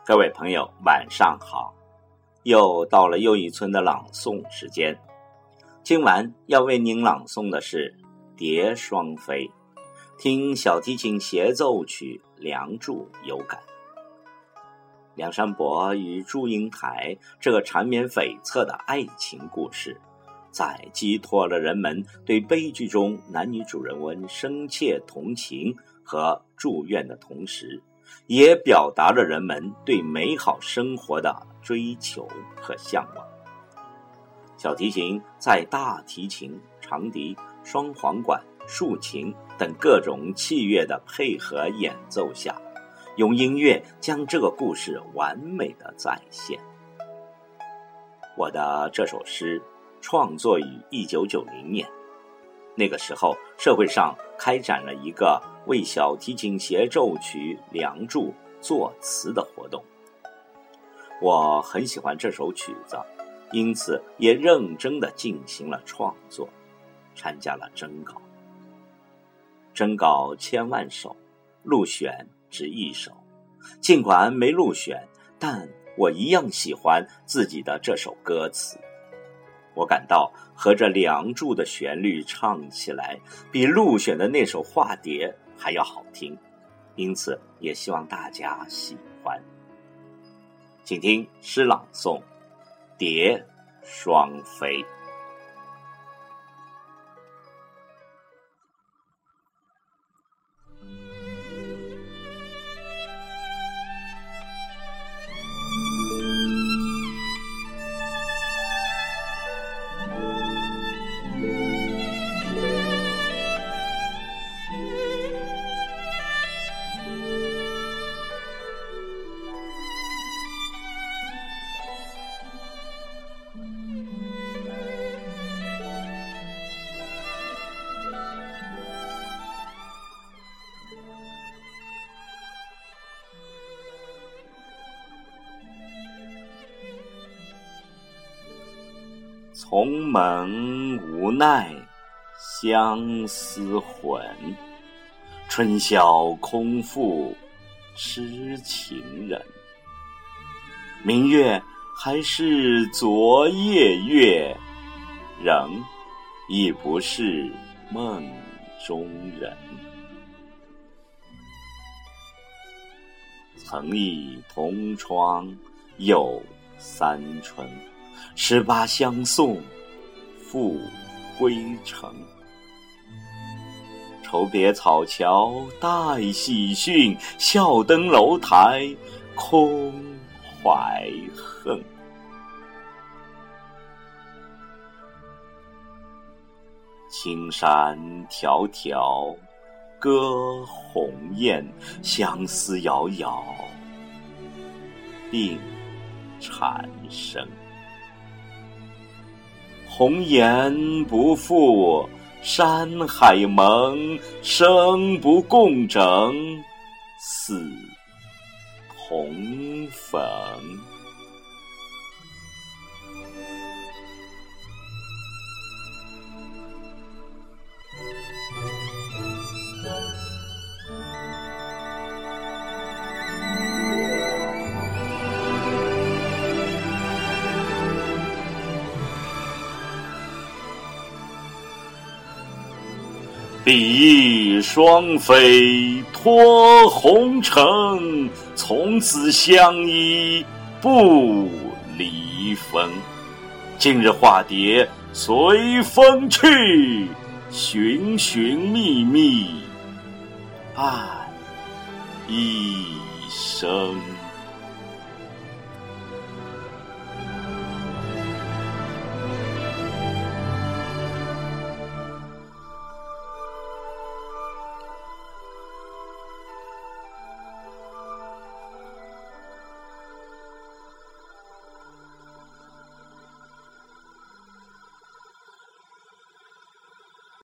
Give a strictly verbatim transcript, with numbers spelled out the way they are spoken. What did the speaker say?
各位朋友晚上好，又到了又一村的朗诵时间。今晚要为您朗诵的是《蝶双飞》，听小提琴协奏曲《梁祝》有感。梁山伯与祝英台这个缠绵悱恻的爱情故事，在寄托了人们对悲剧中男女主人翁深切同情和祝愿的同时，也表达了人们对美好生活的追求和向往。小提琴在大提琴、长笛、双簧管、竖琴等各种器乐的配合演奏下，用音乐将这个故事完美的再现。我的这首诗创作于一九九零年，那个时候社会上开展了一个为小提琴协奏曲《梁祝》作词的活动。我很喜欢这首曲子，因此也认真地进行了创作，参加了征稿。征稿千万首，入选只一首。尽管没入选，但我一样喜欢自己的这首歌词。我感到和这《梁祝》的旋律唱起来，比入选的那首《化蝶》还要好听，因此也希望大家喜欢。请听诗朗诵《蝶双飞》。从门无奈相思魂，春宵空负痴情人。明月还是昨夜月，人已不是梦中人。曾忆同窗又三春，十八相送复归程。愁别草桥待喜讯，笑登楼台空怀恨。青山迢迢歌鸿雁，相思遥遥病缠身。红颜不负山海盟，生不共枕死同坟。比翼双飞托红尘，从此相依不离分。今日化蝶随风去，寻寻觅觅爱一生。